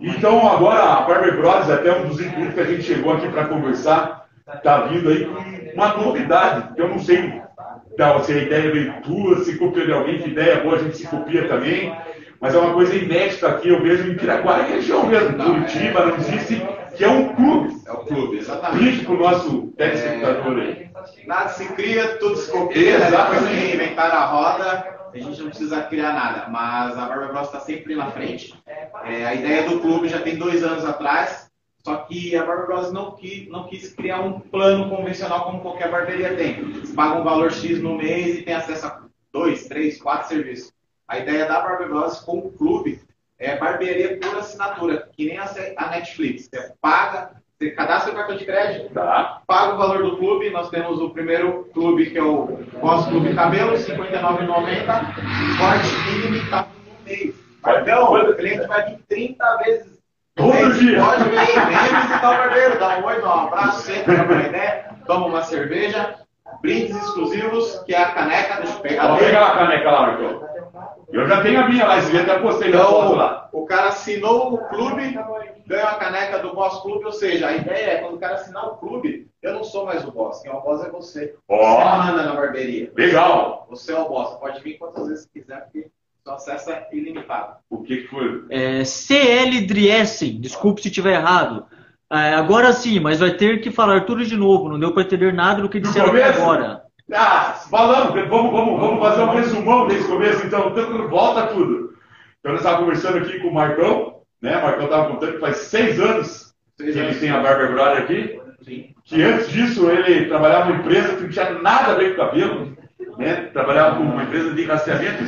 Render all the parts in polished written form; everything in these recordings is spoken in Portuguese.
Então, agora, a Barber Brothers, até um dos inputs que a gente chegou aqui para conversar, está vindo aí com uma novidade, que eu não sei se a ideia veio tua, se copia de alguém, que ideia boa, a gente se copia também, mas é uma coisa inédita aqui, eu vejo em Piraquara, em região mesmo, Curitiba, não existe, que é um clube. É o clube, exatamente. Explique para o nosso telespectador aí. Nada se cria, tudo se copia, depois que reinventaram a roda, a gente não precisa criar nada, mas a Barber Bros está sempre na frente. A ideia do clube já tem 2 anos atrás, só que a Barber Bros não quis criar um plano convencional como qualquer barbearia tem. Você paga um valor X no mês e tem acesso a 2, 3, 4 serviços. A ideia da Barber Bros com o clube é barbearia por assinatura, que nem a Netflix. Você paga, você cadastra o cartão de crédito, paga o valor do clube. Nós temos o primeiro clube, que é o Boss Clube Cabelo, R$ 59,90, corte ilimitado no mês. Então, o cliente vai vir 30 vezes. Todo dia. Pode vir, vem visitar o barbeiro, dá um oi, dá um abraço, senta, troca uma ideia, toma uma cerveja, brindes exclusivos, que é a caneca, deixa eu pegar. Vou pegar a caneca lá, Marcão. Eu já tenho a minha lá, esse dia até postei na foto lá. O cara assinou o clube, ganha a caneca do Boss Clube, ou seja, a ideia é, quando o cara assinar o clube, eu não sou mais o boss, quem é o boss é você. Você manda na barbearia. Legal. Você é o boss, pode vir quantas vezes quiser, porque seu acesso é ilimitado. O que foi? CL Driessen, desculpe se estiver errado. Agora sim, mas vai ter que falar tudo de novo, não deu para entender nada do que disseram até agora. Falando, vamos fazer um resumão desse começo, então, volta tudo. Então, nós estávamos conversando aqui com o Marcão, né? O Marcão estava contando que faz 6 anos que ele tem a Barber Brother aqui. Sim. Que antes disso ele trabalhava numa empresa que não tinha nada a ver com cabelo, né? Trabalhava com uma empresa de rastreamento,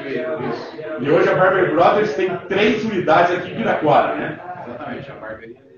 e hoje a Barber Brothers tem 3 unidades aqui em Piraquara, né? Exatamente, a barbearia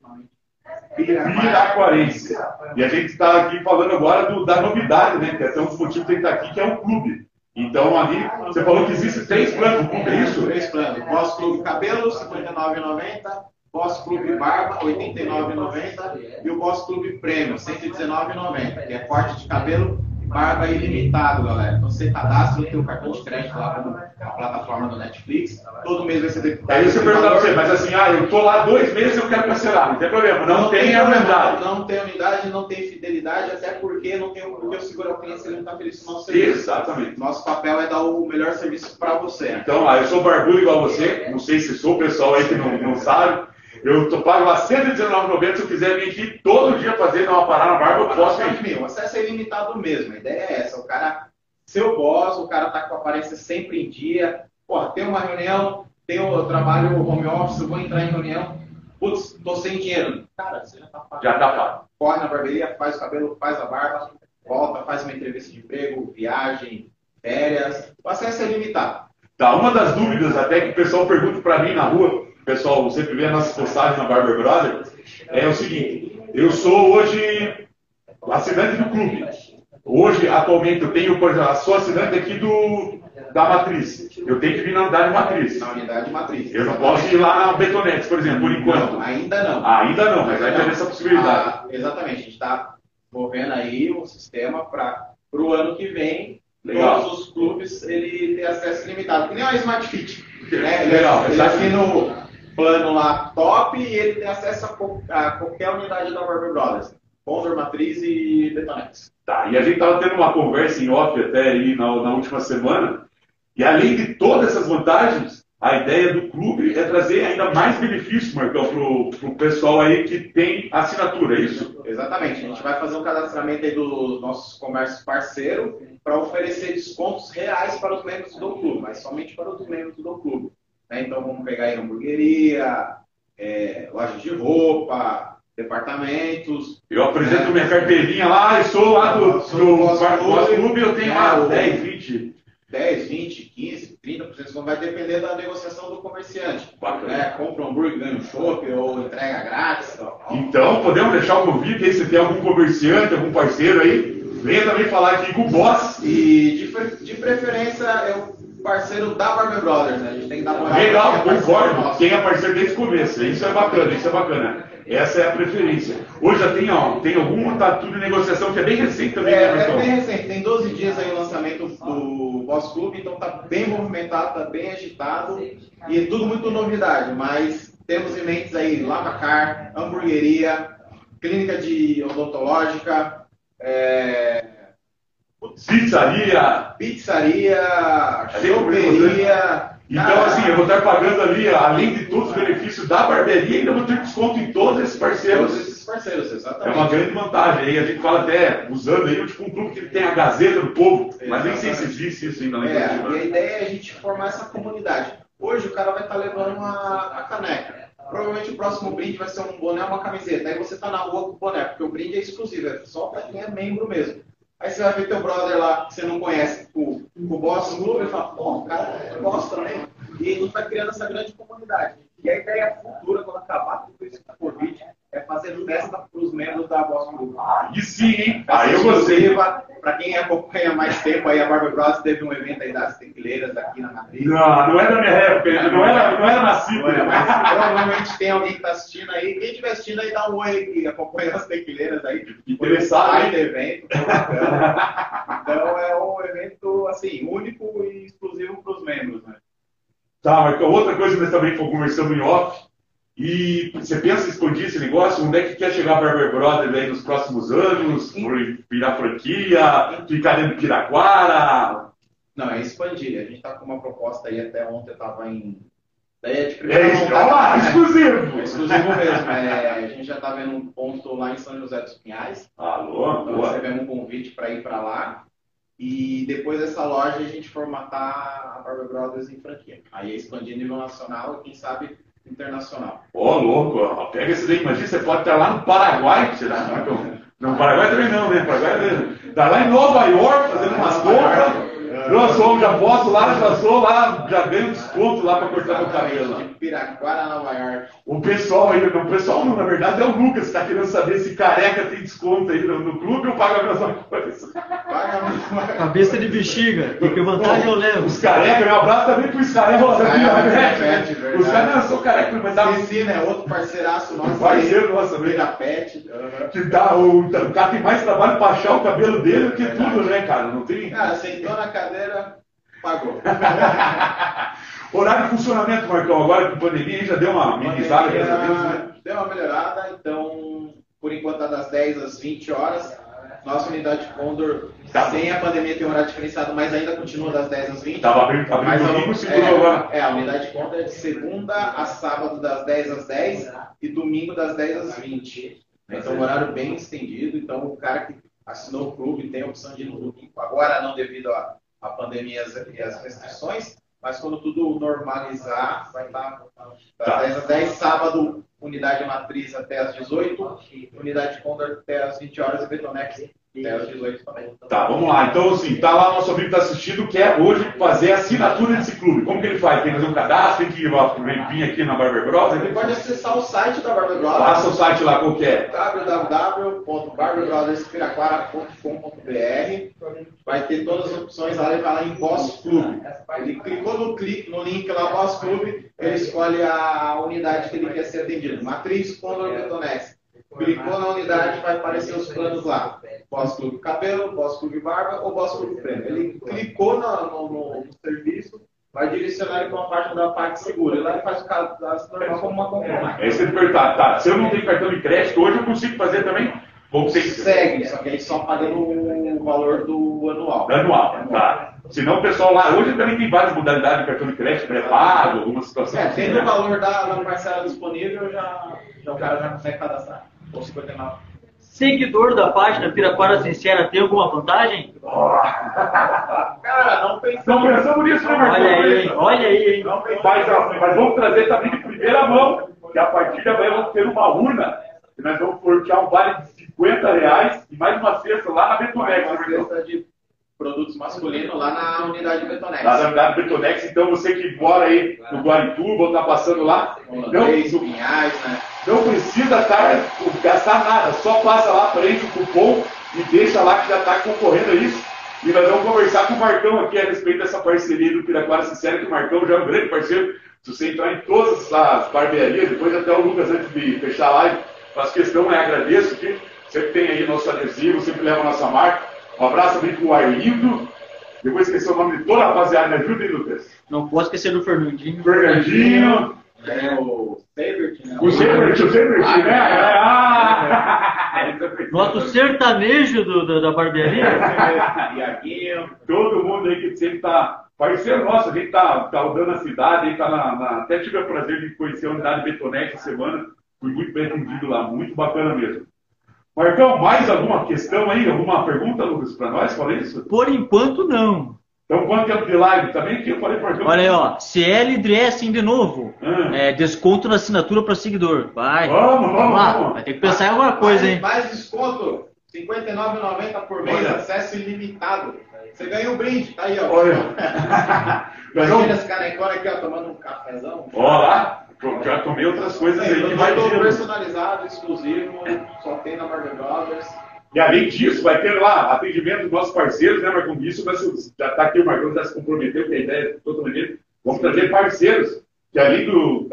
Piraquarense. E a gente está aqui falando agora da novidade, né? Que é até um dos motivos que ele está aqui, que é um clube. Então, ali, você falou que existe 3 planos, clube, é isso? 3 planos. Boss Clube Cabelo, R$ 59,90. Boss Clube Barba, R$ 89,90. E o Boss Clube Prêmio, R$ 119,90. Que é corte de cabelo e barba ilimitado, galera. Então, você cadastra o seu cartão de crédito lá na plataforma do Netflix. Todo mês vai ser... Aí você pergunta pra você, mas assim, eu tô lá 2 meses e eu quero cancelar. Não tem problema, não tem unidade. Não tem unidade, não tem fidelidade, até porque não tem porque eu seguro o cliente se ele não está feliz com o nosso serviço. Exatamente. Nosso papel é dar o melhor serviço para você. Então, eu sou barbudo igual você, não sei se sou o pessoal aí que não sabe. Eu pago lá R$ 119,90, se eu quiser vir aqui todo dia fazer, dar uma parada na barba, eu posso vir. O acesso é ilimitado mesmo, a ideia é essa, o cara, seu boss, o cara tá com a aparência sempre em dia, tem uma reunião, eu trabalho home office, eu vou entrar em reunião, putz, tô sem dinheiro. Cara, você já tá pago. Já tá pago. Corre na barbearia, faz o cabelo, faz a barba, volta, faz uma entrevista de emprego, viagem, férias, o acesso é ilimitado. Tá, uma das dúvidas até que o pessoal pergunta para mim na rua, o pessoal sempre vê as nossas postagens na Barber Brother, é o seguinte, eu sou hoje assinante do clube. Hoje, atualmente, eu tenho, por exemplo, sou assinante aqui da Matriz. Eu tenho que vir na unidade Matriz. Na unidade Matriz. Eu não posso ir lá na Betonex, por exemplo, por enquanto. Não, ainda não. Ainda não, mas vai ter essa possibilidade. Exatamente, a gente está movendo aí o sistema para o ano que vem. Legal. Todos os clubes ele ter acesso ilimitado, que nem a Smart Fit. Né? Legal. Ele aqui no plano lá top e ele tem acesso a qualquer unidade da Barber Brothers. Condor, Matriz e Betonex. Tá, e a gente estava tendo uma conversa em off até aí na última semana, e além de todas essas vantagens, a ideia do clube é trazer ainda mais benefícios, Marcão, para o pessoal aí que tem assinatura, é isso? Exatamente, a gente vai fazer um cadastramento aí dos nossos comércios parceiros para oferecer descontos reais para os membros do clube, mas somente para os membros do clube. Então vamos pegar aí hamburgueria, loja de roupa, departamentos. Eu apresento minha carteirinha lá, eu sou lá do clube, eu tenho lá 10, 20. 10, 20, 15, 30%, vai depender da negociação do comerciante. Compra um hambúrguer, ganha um chopp ou entrega grátis. Então, podemos deixar o convite aí, se tem algum comerciante, algum parceiro aí, venha também falar aqui com o boss. E de preferência é o parceiro da Barber Brothers, né? A gente tem que dar uma olhada. Legal, concordo. Quem é parceiro desde o começo, isso é bacana, isso é bacana. Essa é a preferência. Hoje já tem alguma, tá tudo em negociação, que é bem recente também, né, Marcão? É bem recente, tem 12 dias aí o lançamento do Boss Clube, então tá bem movimentado, tá bem agitado e tudo muito novidade, mas temos em mentes aí Lavacar, hamburgueria, clínica de odontológica, pizzaria, choperia. Então, assim, eu vou estar pagando ali, além de todos os benefícios da barbearia, ainda vou ter desconto em todos esses parceiros. Todos esses parceiros, exatamente. É uma grande vantagem. Aí a gente fala até, usando aí, tipo um clube que tem a Gazeta do Povo, mas nem sei se existe isso ainda. E a ideia é a gente formar essa comunidade. Hoje o cara vai estar levando a caneca. Provavelmente o próximo brinde vai ser um boné ou uma camiseta. Aí você está na rua com o boné, porque o brinde é exclusivo, é só para quem é membro mesmo. Aí você vai ver teu brother lá, que você não conhece, o Boss Club, e fala, pô, o cara gosta também. E a gente vai criando essa grande comunidade. E a ideia futura, quando acabar tudo isso com o Covid, é fazer festa para os membros da Boss Club. E sim, hein? Aí eu gostei. Para quem acompanha mais tempo, aí a Barber Bros teve um evento aí das tequileiras aqui na Matriz. Não é da minha época, não era nascido. Mas provavelmente tem alguém que está assistindo aí. Quem estiver assistindo aí, dá um oi que acompanha as tequileiras aí. Interessado, hein? Evento, então é um evento assim, único e exclusivo para os membros, né? Tá, mas outra coisa que nós também conversamos em off, e você pensa em expandir esse negócio? Onde é que quer chegar a Barber Brothers aí nos próximos anos? Virar franquia? Ficar dentro de Piraquara? Não, é expandir. A gente está com uma proposta aí, até ontem eu estava em... Daí é de exclusivo! É exclusivo mesmo. A gente já está vendo um ponto lá em São José dos Pinhais. Alô, então recebemos um convite para ir para lá. E depois dessa loja a gente formatar a Barber Brothers em franquia. Aí é expandir nível nacional e quem sabe internacional. Ô, louco, ó, pega esse daí, imagina, você pode estar lá no Paraguai, será? Não, Paraguai também não, né? Paraguai tá lá em Nova York fazendo umas compras. Já sou lá, já ganho um desconto lá para cortar meu cabelo. De Piraquara, Nova York. O pessoal não, na verdade é o Lucas, que está querendo saber se careca tem desconto aí no clube ou paga a mesma coisa. Cabeça de bexiga, e que vantagem eu levo. Os carecas, meu abraço também para os carecas. Os caras não são carecas, mas dá né? Outro parceiraço nosso. Parceiro nosso também. Pet. Que dá, o cara tem mais trabalho para achar o cabelo dele do que tudo, né, cara? Não tem. Cara, sentou na cadeira, pagou. Horário de funcionamento, Marcão, agora com pandemia já deu uma minimizada, né? Deu uma melhorada, então, por enquanto, tá das 10 às 20 horas. Nossa unidade Condor, sem a pandemia, tem um horário diferenciado, mas ainda continua das 10 às 20. Estava abrindo domingo, segurou agora. A unidade Condor é de segunda a sábado, das 10 às 10 e domingo, das 10 às 20. Então, um horário bem estendido. Então, o cara que assinou o clube tem a opção de ir no domingo. Agora, não devido à pandemia e às restrições, mas quando tudo normalizar, vai estar das 10 às 10, sábado, unidade matriz até às 18, unidade Condor até às 20 horas e Betonex até às 18 também. Tá, vamos lá. Então, assim, tá lá nosso amigo que está assistindo, quer hoje fazer a assinatura desse clube. Como que ele faz? Tem que fazer um cadastro, tem que vir aqui na Barber Bros? Ele pode acessar o site da Barber Bros. Passa o site lá, qual que é? www.barberbrothers.com.br. Vai ter todas as opções lá, ele vai lá em Boss Clube. Ele clicou no link lá, Boss Clube, ele escolhe a unidade que ele quer ser atendido. Matriz, Condor, Betonex. Clicou na unidade, vai aparecer os planos lá. Boss Clube Cabelo, Boss Clube Barba ou Boss Clube Prêmio. Ele clicou no serviço, vai direcionar ele para uma parte da parte segura. E lá ele faz o cadastro normal como uma compra. É isso que ele perguntar. Tá, se eu não tenho cartão de crédito, hoje eu consigo fazer também? Segue, só que aí só pagando o valor do anual. Anual, tá. Senão o pessoal lá, hoje também tem várias modalidades de cartão de crédito, pré-pago, algumas situações. Tendo o valor da parcela disponível, o cara já consegue cadastrar. Ou 59. Seguidor da página Piraquara Sincera tem alguma vantagem? Cara, não pensamos nisso, né, Marcão? Olha aí, hein? Mas vamos trazer também de primeira mão, que a partir de amanhã vamos ter uma urna, e nós vamos sortear um vale de R$50 e mais uma cesta lá na Betonex. Uma cesta de produtos masculinos lá na unidade Betonex. Lá na unidade Betonex, então você que mora aí no Guarituba ou está passando lá, não precisa gastar nada, só passa lá, prende o cupom e deixa lá que já está concorrendo a isso. E nós vamos conversar com o Marcão aqui a respeito dessa parceria do Piraquara Sincera, que o Marcão já é um grande parceiro. Se você entrar em todas as barbearias, depois até o Lucas, antes de fechar a live, faz questão, agradeço que sempre tem aí nosso adesivo, sempre leva a nossa marca. Um abraço também para o Arlindo. Depois esqueci o nome de toda a rapaziada, me ajuda aí, Lucas. Não posso esquecer do Fernandinho. Fernandinho. Tem o Sebert, né? O Sebert, né? Nota o sertanejo da barbearia. Iaguinho. Todo mundo aí que sempre tá parceiro nosso, a gente tá rodando a cidade, aí tá até tive o prazer de conhecer a unidade Betonex essa semana, fui muito bem atendido lá, muito bacana mesmo. Marcão, mais alguma questão aí, alguma pergunta, Lucas, para nós? Falei isso? Por enquanto, não. Então, quanto tempo de live também que eu falei para Olha aí, ó, CL Dressing de novo. Desconto na assinatura para seguidor. Vai. Vamos lá. Vai ter que pensar em alguma coisa, hein? Mais desconto. R$ 59,90 por mês, acesso ilimitado. Você ganha um brinde, tá aí, ó. Olha. Imagina esse canecola aqui, ó, tomando um cafezão. Ó lá, já tomei outras coisas aí. Que vai ter personalizado, exclusivo, só tem na Barber Brothers. E além disso, vai ter lá atendimento dos nossos parceiros, né, Marcão? Isso já está aqui, o Marcão já se comprometeu, que a ideia é totalmente. Vamos trazer parceiros, que além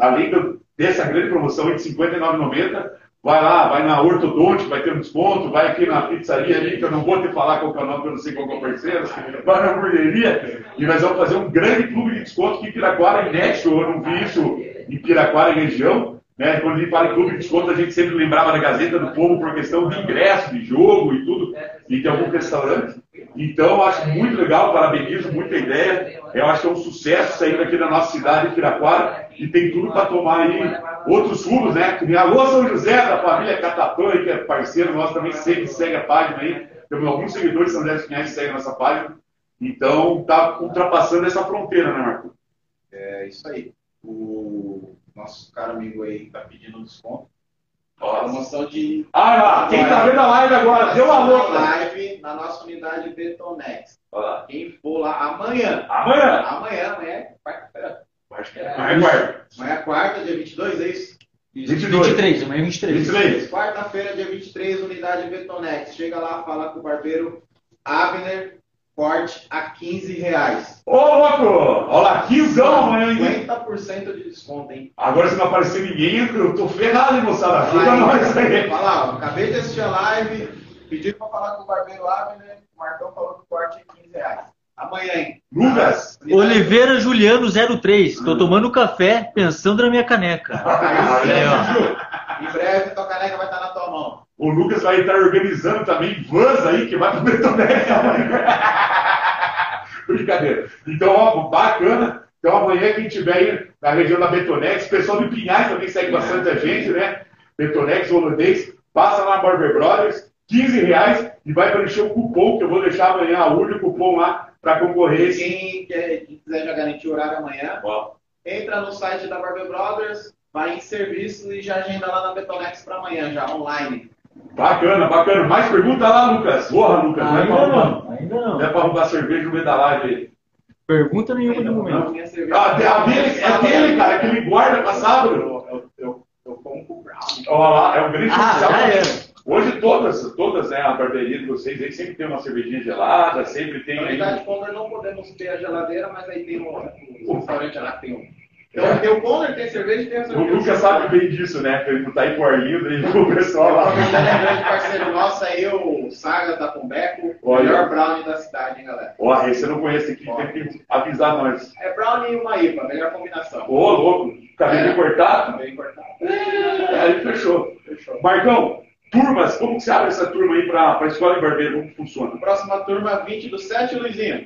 dessa grande promoção de R$ 59,90, vai lá, vai na Ortodonte, vai ter um desconto, vai aqui na pizzaria ali, que eu não vou te falar qual que é o nome, porque eu não sei qual que é o parceiro, vai na hamburgueria, e nós vamos fazer um grande clube de desconto aqui em Piraquara, inédito, eu não vi isso em Piraquara e região. Né? Quando a gente fala em clube de desconto, a gente sempre lembrava da Gazeta do Povo por questão de ingresso, de jogo e tudo, e de algum restaurante. Então, eu acho muito legal, parabenizo, muita ideia. Eu acho que é um sucesso saindo aqui da nossa cidade de Piraquara, e tem tudo para tomar aí outros rumos, né? Alô, São José, da família Catapã, que é parceiro nosso, também sempre segue a página aí. Temos alguns seguidores de São José dos Pinhais que seguem a nossa página. Então, está ultrapassando essa fronteira, né, Marco? É isso aí. O nosso caro amigo aí está pedindo desconto. Promoção de. Quem está vendo a live agora, deu uma louca. Live na nossa unidade Betonex. Quem for lá amanhã. Amanhã é quarta-feira. Amanhã é quarta, dia 22, é isso? 23, amanhã é 23. Quarta-feira, dia 23, unidade Betonex. Chega lá, fala com o barbeiro Abner. Corte a R$15. Ô, louco! Olha lá, 15 amanhã, hein? 50% de desconto, hein? Agora, se não aparecer ninguém, eu tô ferrado, hein, moçada? Ajuda nós aí. Fala lá, ó, acabei de assistir a live, pediram pra falar com o barbeiro Abner, o Marcão falou que o corte é R$15. Amanhã, hein? Lucas! Oliveira Juliano 03. Tô tomando café, pensando na minha caneca. Em breve, tua caneca vai estar na tua mão. O Lucas vai estar organizando também vans aí, que vai pro Betonex. Brincadeira. Então, ó, bacana. Então, amanhã, quem estiver aí na região da Betonex, o pessoal do Pinhais também segue bastante a gente, né? Betonex holandês, passa lá na Barber Brothers, R$15 e vai preencher o cupom, que eu vou deixar amanhã a urna, o cupom lá, para concorrer. Quem quiser já garantir o horário amanhã, entra no site da Barber Brothers, vai em serviço e já agenda lá na Betonex para amanhã, já online. Bacana, bacana. Mais pergunta lá, Lucas. Porra, Lucas. Ainda não. Não é para roubar cerveja no meio da live aí. Pergunta nenhuma de momento. Aquele, cara, que ele guarda para sábado. Eu compro brownie. Olha lá, é um grande já Hoje todas, né, a barbearia de vocês aí sempre tem uma cervejinha gelada, sempre tem. Na verdade, Condor não podemos ter a geladeira, mas aí tem um restaurante lá que tem um. Então, tem o Condor, tem cerveja e tem a cerveja. O Lucas sabe bem disso, né? Ele não tá aí por livre, ele o pessoal lá. É grande parceiro nosso aí, o Saga da Pombeco, o melhor brownie da cidade, hein, galera? Ó, esse eu não conheço aqui, tem que avisar nós. É brownie e uma IPA, melhor combinação. Ô, louco, cabelo cortado? Cabelo cortado. Aí fechou. Marcão, turmas, como que você abre essa turma aí para a escola de barbeiro? Como que funciona? Próxima turma, 20/7, Luizinho.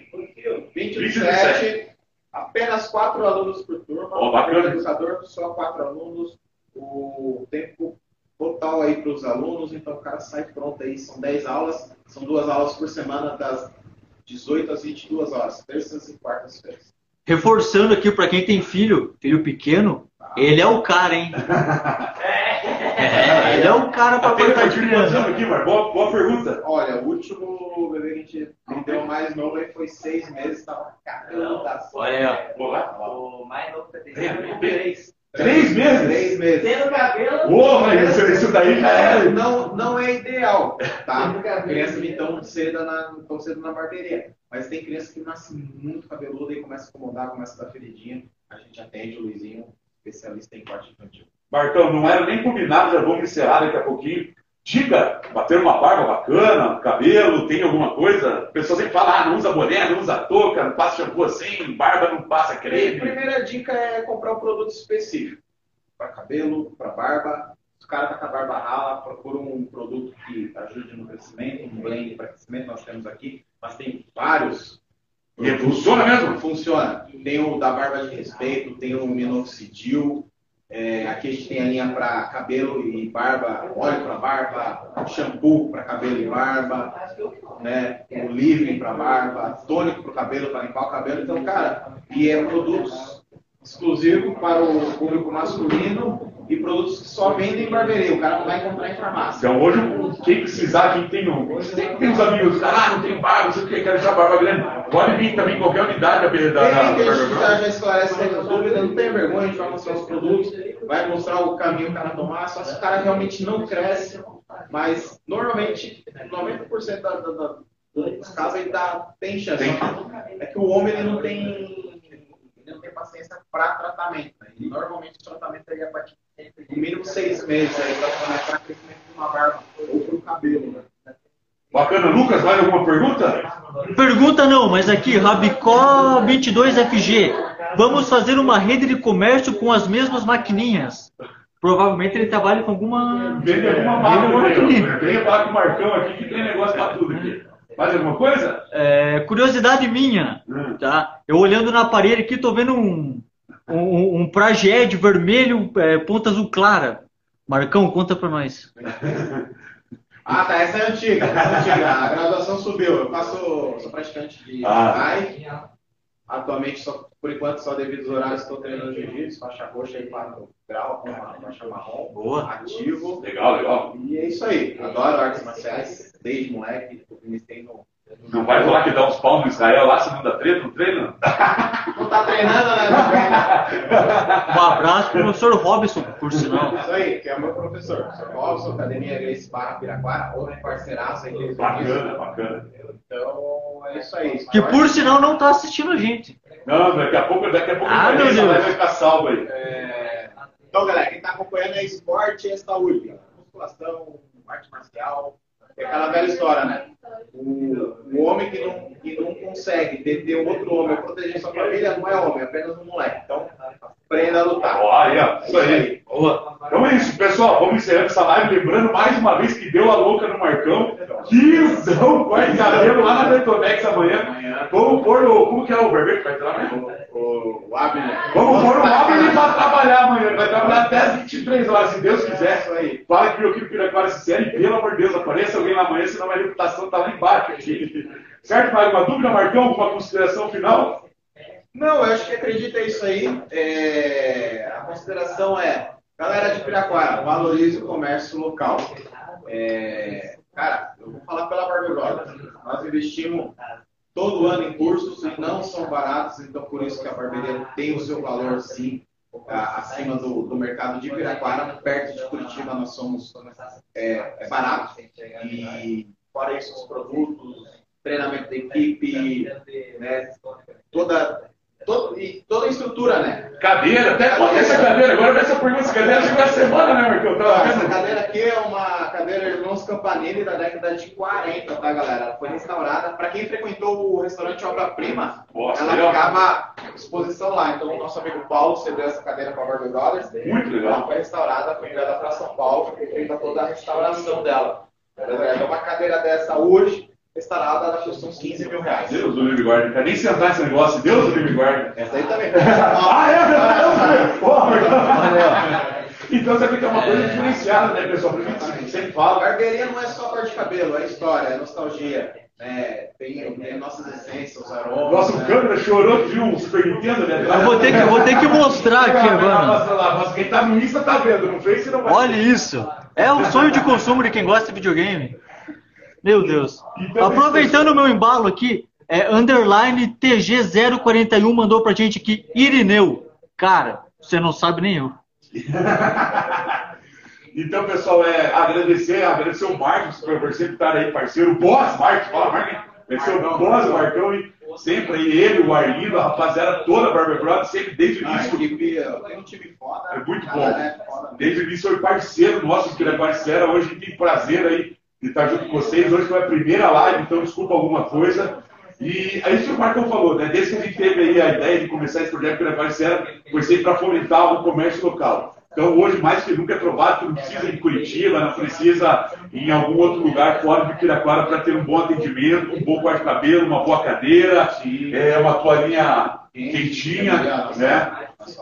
20/7. Apenas 4 alunos por turma. Bacana. Educador, só 4 alunos. O tempo total aí para os alunos, então o cara sai pronto aí. São 10 aulas, são 2 aulas por semana, das 18 às 22 horas, terças e quartas-feiras. Reforçando aqui para quem tem filho pequeno, ele é o cara, hein? Ele é o cara para cortar de criança. Aqui, Mar? Boa pergunta. Olha, o último bebê que a gente deu mais novo aí foi 6 meses, estava cabeludaço. Olha, O mais novo que eu tenho 3. 3 meses? 3 meses. Tendo cabelo. Mas isso daí já é. Não é ideal, tá? Criança que tão cedo na barbearia. Mas tem criança que nasce muito cabeluda e começa a incomodar, começa a dar feridinha. A gente atende o Luizinho, especialista em corte infantil. Marcão, não era nem combinado, já vamos encerrar daqui a pouquinho. Dica, bater uma barba bacana, cabelo, tem alguma coisa? O pessoal sempre fala, não usa boné, não usa touca, não passa shampoo assim, barba não passa creme. A primeira dica é comprar um produto específico. para cabelo, para barba. Se o cara tá com a barba rala, procura um produto que ajude no crescimento, um blend para crescimento, nós temos aqui, mas tem vários. E funciona mesmo? Funciona. Tem o da barba de respeito, tem o minoxidil. Aqui a gente tem a linha para cabelo e barba, óleo para barba, shampoo para cabelo e barba, né? O livre para barba, tônico para o cabelo, para limpar o cabelo. Então, cara, e produtos exclusivos para o público masculino e produtos que só vendem em barbearia. O cara não vai encontrar em farmácia. Então hoje, quem precisar, quem tem uns amigos, não tem barba, não sei o que, quero deixar barba grande, pode vir também em qualquer unidade da a gente já esclarece essa dúvida, não tem vergonha, a gente vai mostrar os produtos, vai mostrar o caminho que o cara tomar, só se o cara realmente não cresce, mas normalmente 90% dos casos ele tem chance. É que o homem ele não tem paciência para tratamento, né? E normalmente o tratamento seria para no mínimo 6 meses para crescimento de uma barba ou para o cabelo, né? Bacana. Lucas, mais alguma pergunta? Pergunta não, mas aqui, Rabicó 22FG. Vamos fazer uma rede de comércio com as mesmas maquininhas. Provavelmente ele trabalha com alguma... Vende alguma maquininha. Venha falar com o Marcão aqui que tem negócio para tudo aqui. Mais alguma coisa? Curiosidade minha, tá? Eu olhando na parede aqui, tô vendo um Praged vermelho, ponta azul clara. Marcão, conta pra nós. Tá, essa é antiga. A graduação subiu. Sou praticante de Thai. Atualmente, por enquanto, só devido aos horários, estou treinando jiu-jitsu, faixa roxa aí 4 graus, com uma faixa marrom. Boa. Ativo. Legal. E é isso aí. Adoro artes marciais, desde moleque. Iniciei no... Não vai falar que dá uns pau no Israel lá, se não dá treta, não treina? Não tá treinando, né? Um abraço pro professor Robson, por sinal. Isso aí, que é o meu professor. Professor Robson, Academia Grace Barra Piraquara, outro parceiraço aí. Bacana. Então, é isso aí. Que por sinal não tá assistindo a gente. Não, daqui a pouco vai ficar salvo aí. Então, galera, quem tá acompanhando é esporte e saúde. Musculação, arte marcial. É aquela velha história, né? O homem que não consegue ter um outro homem ou proteger sua família não é homem, é apenas um moleque. Então, aprenda a lutar. Isso aí. Boa. Então é isso, pessoal. Vamos encerrando essa live. Lembrando mais uma vez que deu a louca no Marcão. Quinzão, corte de cabelo lá na Detonex amanhã. Vamos pôr como que é o vermelho que vai ter lá mesmo? O Abner. Vamos pôr o Abner para trabalhar amanhã. Vai trabalhar até as 23 horas, se Deus quiser. Isso aí. Fala que o Piraquara se sério e, pelo amor de Deus, apareça alguém lá amanhã, senão a reputação tá lá embaixo. Certo? Mais uma dúvida, Marcão? Alguma consideração final? Não, eu acho que acredita isso aí. A consideração galera de Piraquara, valorize o comércio local. Cara, eu vou falar pela Barber Brothers. Nós investimos todo ano em cursos e não são baratos, então por isso que a barbearia tem o seu valor, sim, acima do mercado de Piraquara. Perto de Curitiba nós somos barato. E fora isso, os produtos, treinamento da equipe, né, toda a estrutura, né? Cadeira, até pode essa cadeira, agora essa pergunta, essa cadeira chegou a semana, né, Marcão? Essa cadeira aqui é uma cadeira Irmãos Campanile da década de 40, tá, galera? Ela foi restaurada. Para quem frequentou o restaurante Obra Prima, ela ficava à exposição lá. Então, o nosso amigo Paulo cedeu essa cadeira para a Barber Brothers. Muito legal. Ela foi restaurada, foi enviada para São Paulo, foi feita toda a restauração dela. É uma cadeira dessa hoje, restaurada, ela custou uns 15 mil reais. Deus do livre guarda. Não quer nem sentar nesse negócio. Deus do livre guarda. Essa aí também. Então você tem que ter uma coisa diferenciada, né, pessoal? Porque a gente sempre fala. Barbearia não é só cor de cabelo, é história, é nostalgia. Tem nossas essências, os aromas. Nossa, o câmera chorou que viu um Super Nintendo, né? Eu vou ter que mostrar aqui agora. Mas quem tá no Insta tá vendo, no Face não vai. Olha isso. É o sonho de consumo de quem gosta de videogame. Meu Deus. Então, aproveitando o meu embalo aqui, underline TG041 mandou pra gente aqui, Irineu. Cara, você não sabe nem eu. Então, pessoal, agradecer o Marcos por sempre estar aí, parceiro. O Boss Marcos, fala, Marcos. Agradecer o Boss Marcão e sempre aí, ele, o Arlindo, a rapaziada toda, a Barber Brothers, sempre desde o início. Tem um time foda. É muito bom. Desde o início foi parceiro nosso, que ele é parceiro. Hoje tem prazer aí de estar junto com vocês. Hoje foi a primeira live, então desculpa alguma coisa. E é isso que o Marcão falou, né? Desde que a gente teve aí a ideia de começar esse projeto pela parceira, foi sempre para fomentar o comércio local. Então, hoje, mais que nunca é provado que não precisa ir em Curitiba, não precisa ir em algum outro lugar fora de Piraquara para ter um bom atendimento, um bom corte de cabelo, uma boa cadeira, uma toalhinha quentinha, né?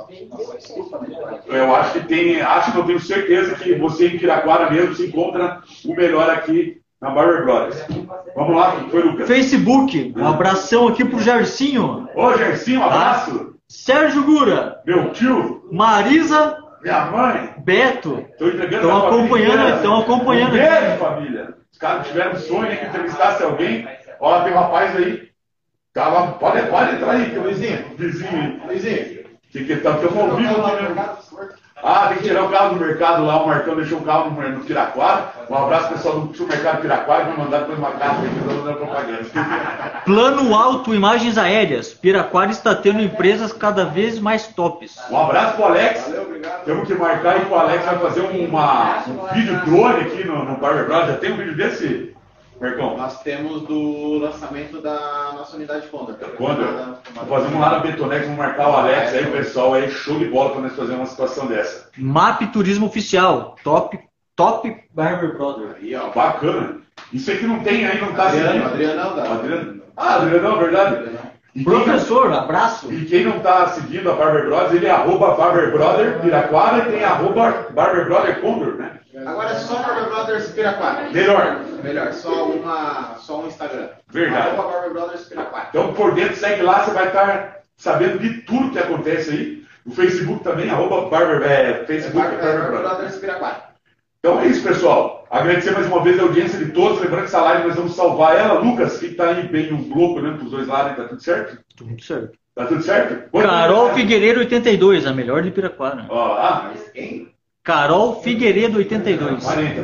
Eu acho que eu tenho certeza que você em Piraquara mesmo se encontra o melhor aqui na Barber Brothers. Vamos lá, o que foi, Lucas? Facebook, um abração aqui pro Jarcinho. Ô, Gercinho, um abraço. Sérgio Gura. Meu tio. Marisa. Minha mãe. Beto. Estou entregando Estão acompanhando aqui. aqui. Família. Os caras tiveram um sonho de que entrevistasse alguém. Olha, tem um rapaz aí. Pode entrar aí, teu vizinho. Vizinho. Que tá tão ouvindo aqui mesmo. Tem que tirar o carro do mercado lá, o Marcão deixou o carro no Piraquara. Um abraço, pessoal do supermercado Piraquara, vai mandar depois uma carta que eu dando propaganda. Plano Alto Imagens Aéreas. Piraquara está tendo empresas cada vez mais tops. Um abraço pro Alex. Valeu, obrigado. Temos que marcar aí que o Alex vai fazer um vídeo drone aqui no Barber Brothers. Já tem um vídeo desse, Marcão? Nós temos do lançamento da nossa unidade Condor. Vamos fazer um lá na Betonex, vamos marcar o Alex aí, o pessoal aí, show de bola para nós fazer uma situação dessa. MAP Turismo Oficial, top Barber Brothers. Aí, ó, bacana. Isso aqui não tem aí, não tá Adriano. Adrianão, verdade. Professor, abraço. E quem não está seguindo a Barber Brothers, ele é @Barber Brother Piraquara e tem @Barber Brother Condor, né? Agora é só Barber Brothers Piraquara. Melhor, só um Instagram. Verdade. Barber Brothers Piraquara. Então, por dentro, segue lá, você vai estar sabendo de tudo que acontece aí. O Facebook também, Facebook Barber Brothers Piraquara. Então é isso, pessoal. Agradecer mais uma vez a audiência de todos. Lembrando que essa live nós vamos salvar ela. Lucas, que está aí bem um bloco, né, para os dois lados, tá tudo certo? Tudo certo. Tá tudo certo? Carol Figueiredo 82, a melhor de Piraquara. Mas quem? Carol Figueiredo 82. Parenta.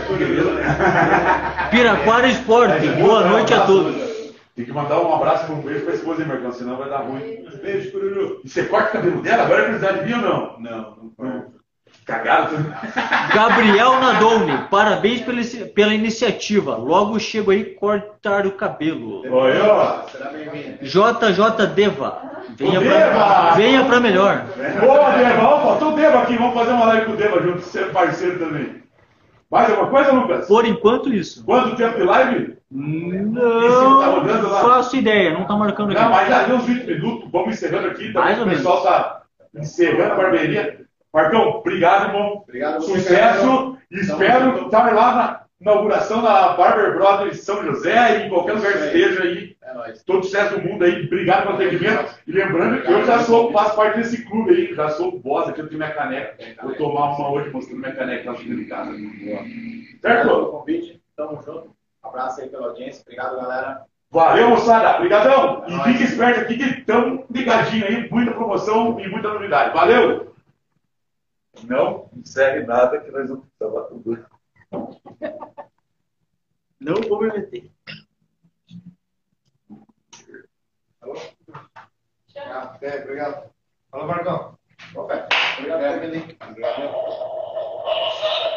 Piraquara Esporte, boa noite a todos. Tem que mandar um abraço, um beijo pra esposa, hein, Marcão? Senão vai dar ruim. Beijo, Cururu. E você corta o cabelo dela? Agora é curiosidade de mim ou não? Não. Cagado. Gabriel Nadoni, parabéns pela iniciativa. Logo chego aí cortar o cabelo. Oi, ó. Será bem-vindo. JJ Deva, Deva! venha pra melhor. Boa, Deva. Ó, faltou o Deva aqui. Vamos fazer uma live com o Deva junto, ser parceiro também. Mais alguma coisa, Lucas? Por enquanto, isso. Quanto tempo de live? Não tá rodando lá? faço ideia, não tá marcando aqui. Não, mas já deu uns 20 minutos. Vamos encerrando aqui. Mais ou O pessoal tá encerrando a barbearia. Marcão, obrigado, irmão. Obrigado. Sucesso. Espero estar lá na inauguração da Barber Brothers São José e em qualquer lugar que esteja aí. É nóis. Todo sucesso do mundo aí. Obrigado pelo atendimento. E lembrando que eu já faço parte desse clube aí. Já sou boss aqui, eu tenho minha caneca. Vou tomar uma hoje mostrando minha caneca lá de casa. Obrigado Certo? pelo convite. Tamo junto. Abraço aí pela audiência. Obrigado, galera. Valeu, moçada. Obrigadão. E fique esperto aqui que estamos ligadinhos aí. Muita promoção e muita novidade. Valeu. Não encerre nada que nós vamos salvar tudo. Não vou me meter. Obrigado. Fala, Marcão. Obrigado. Obrigado.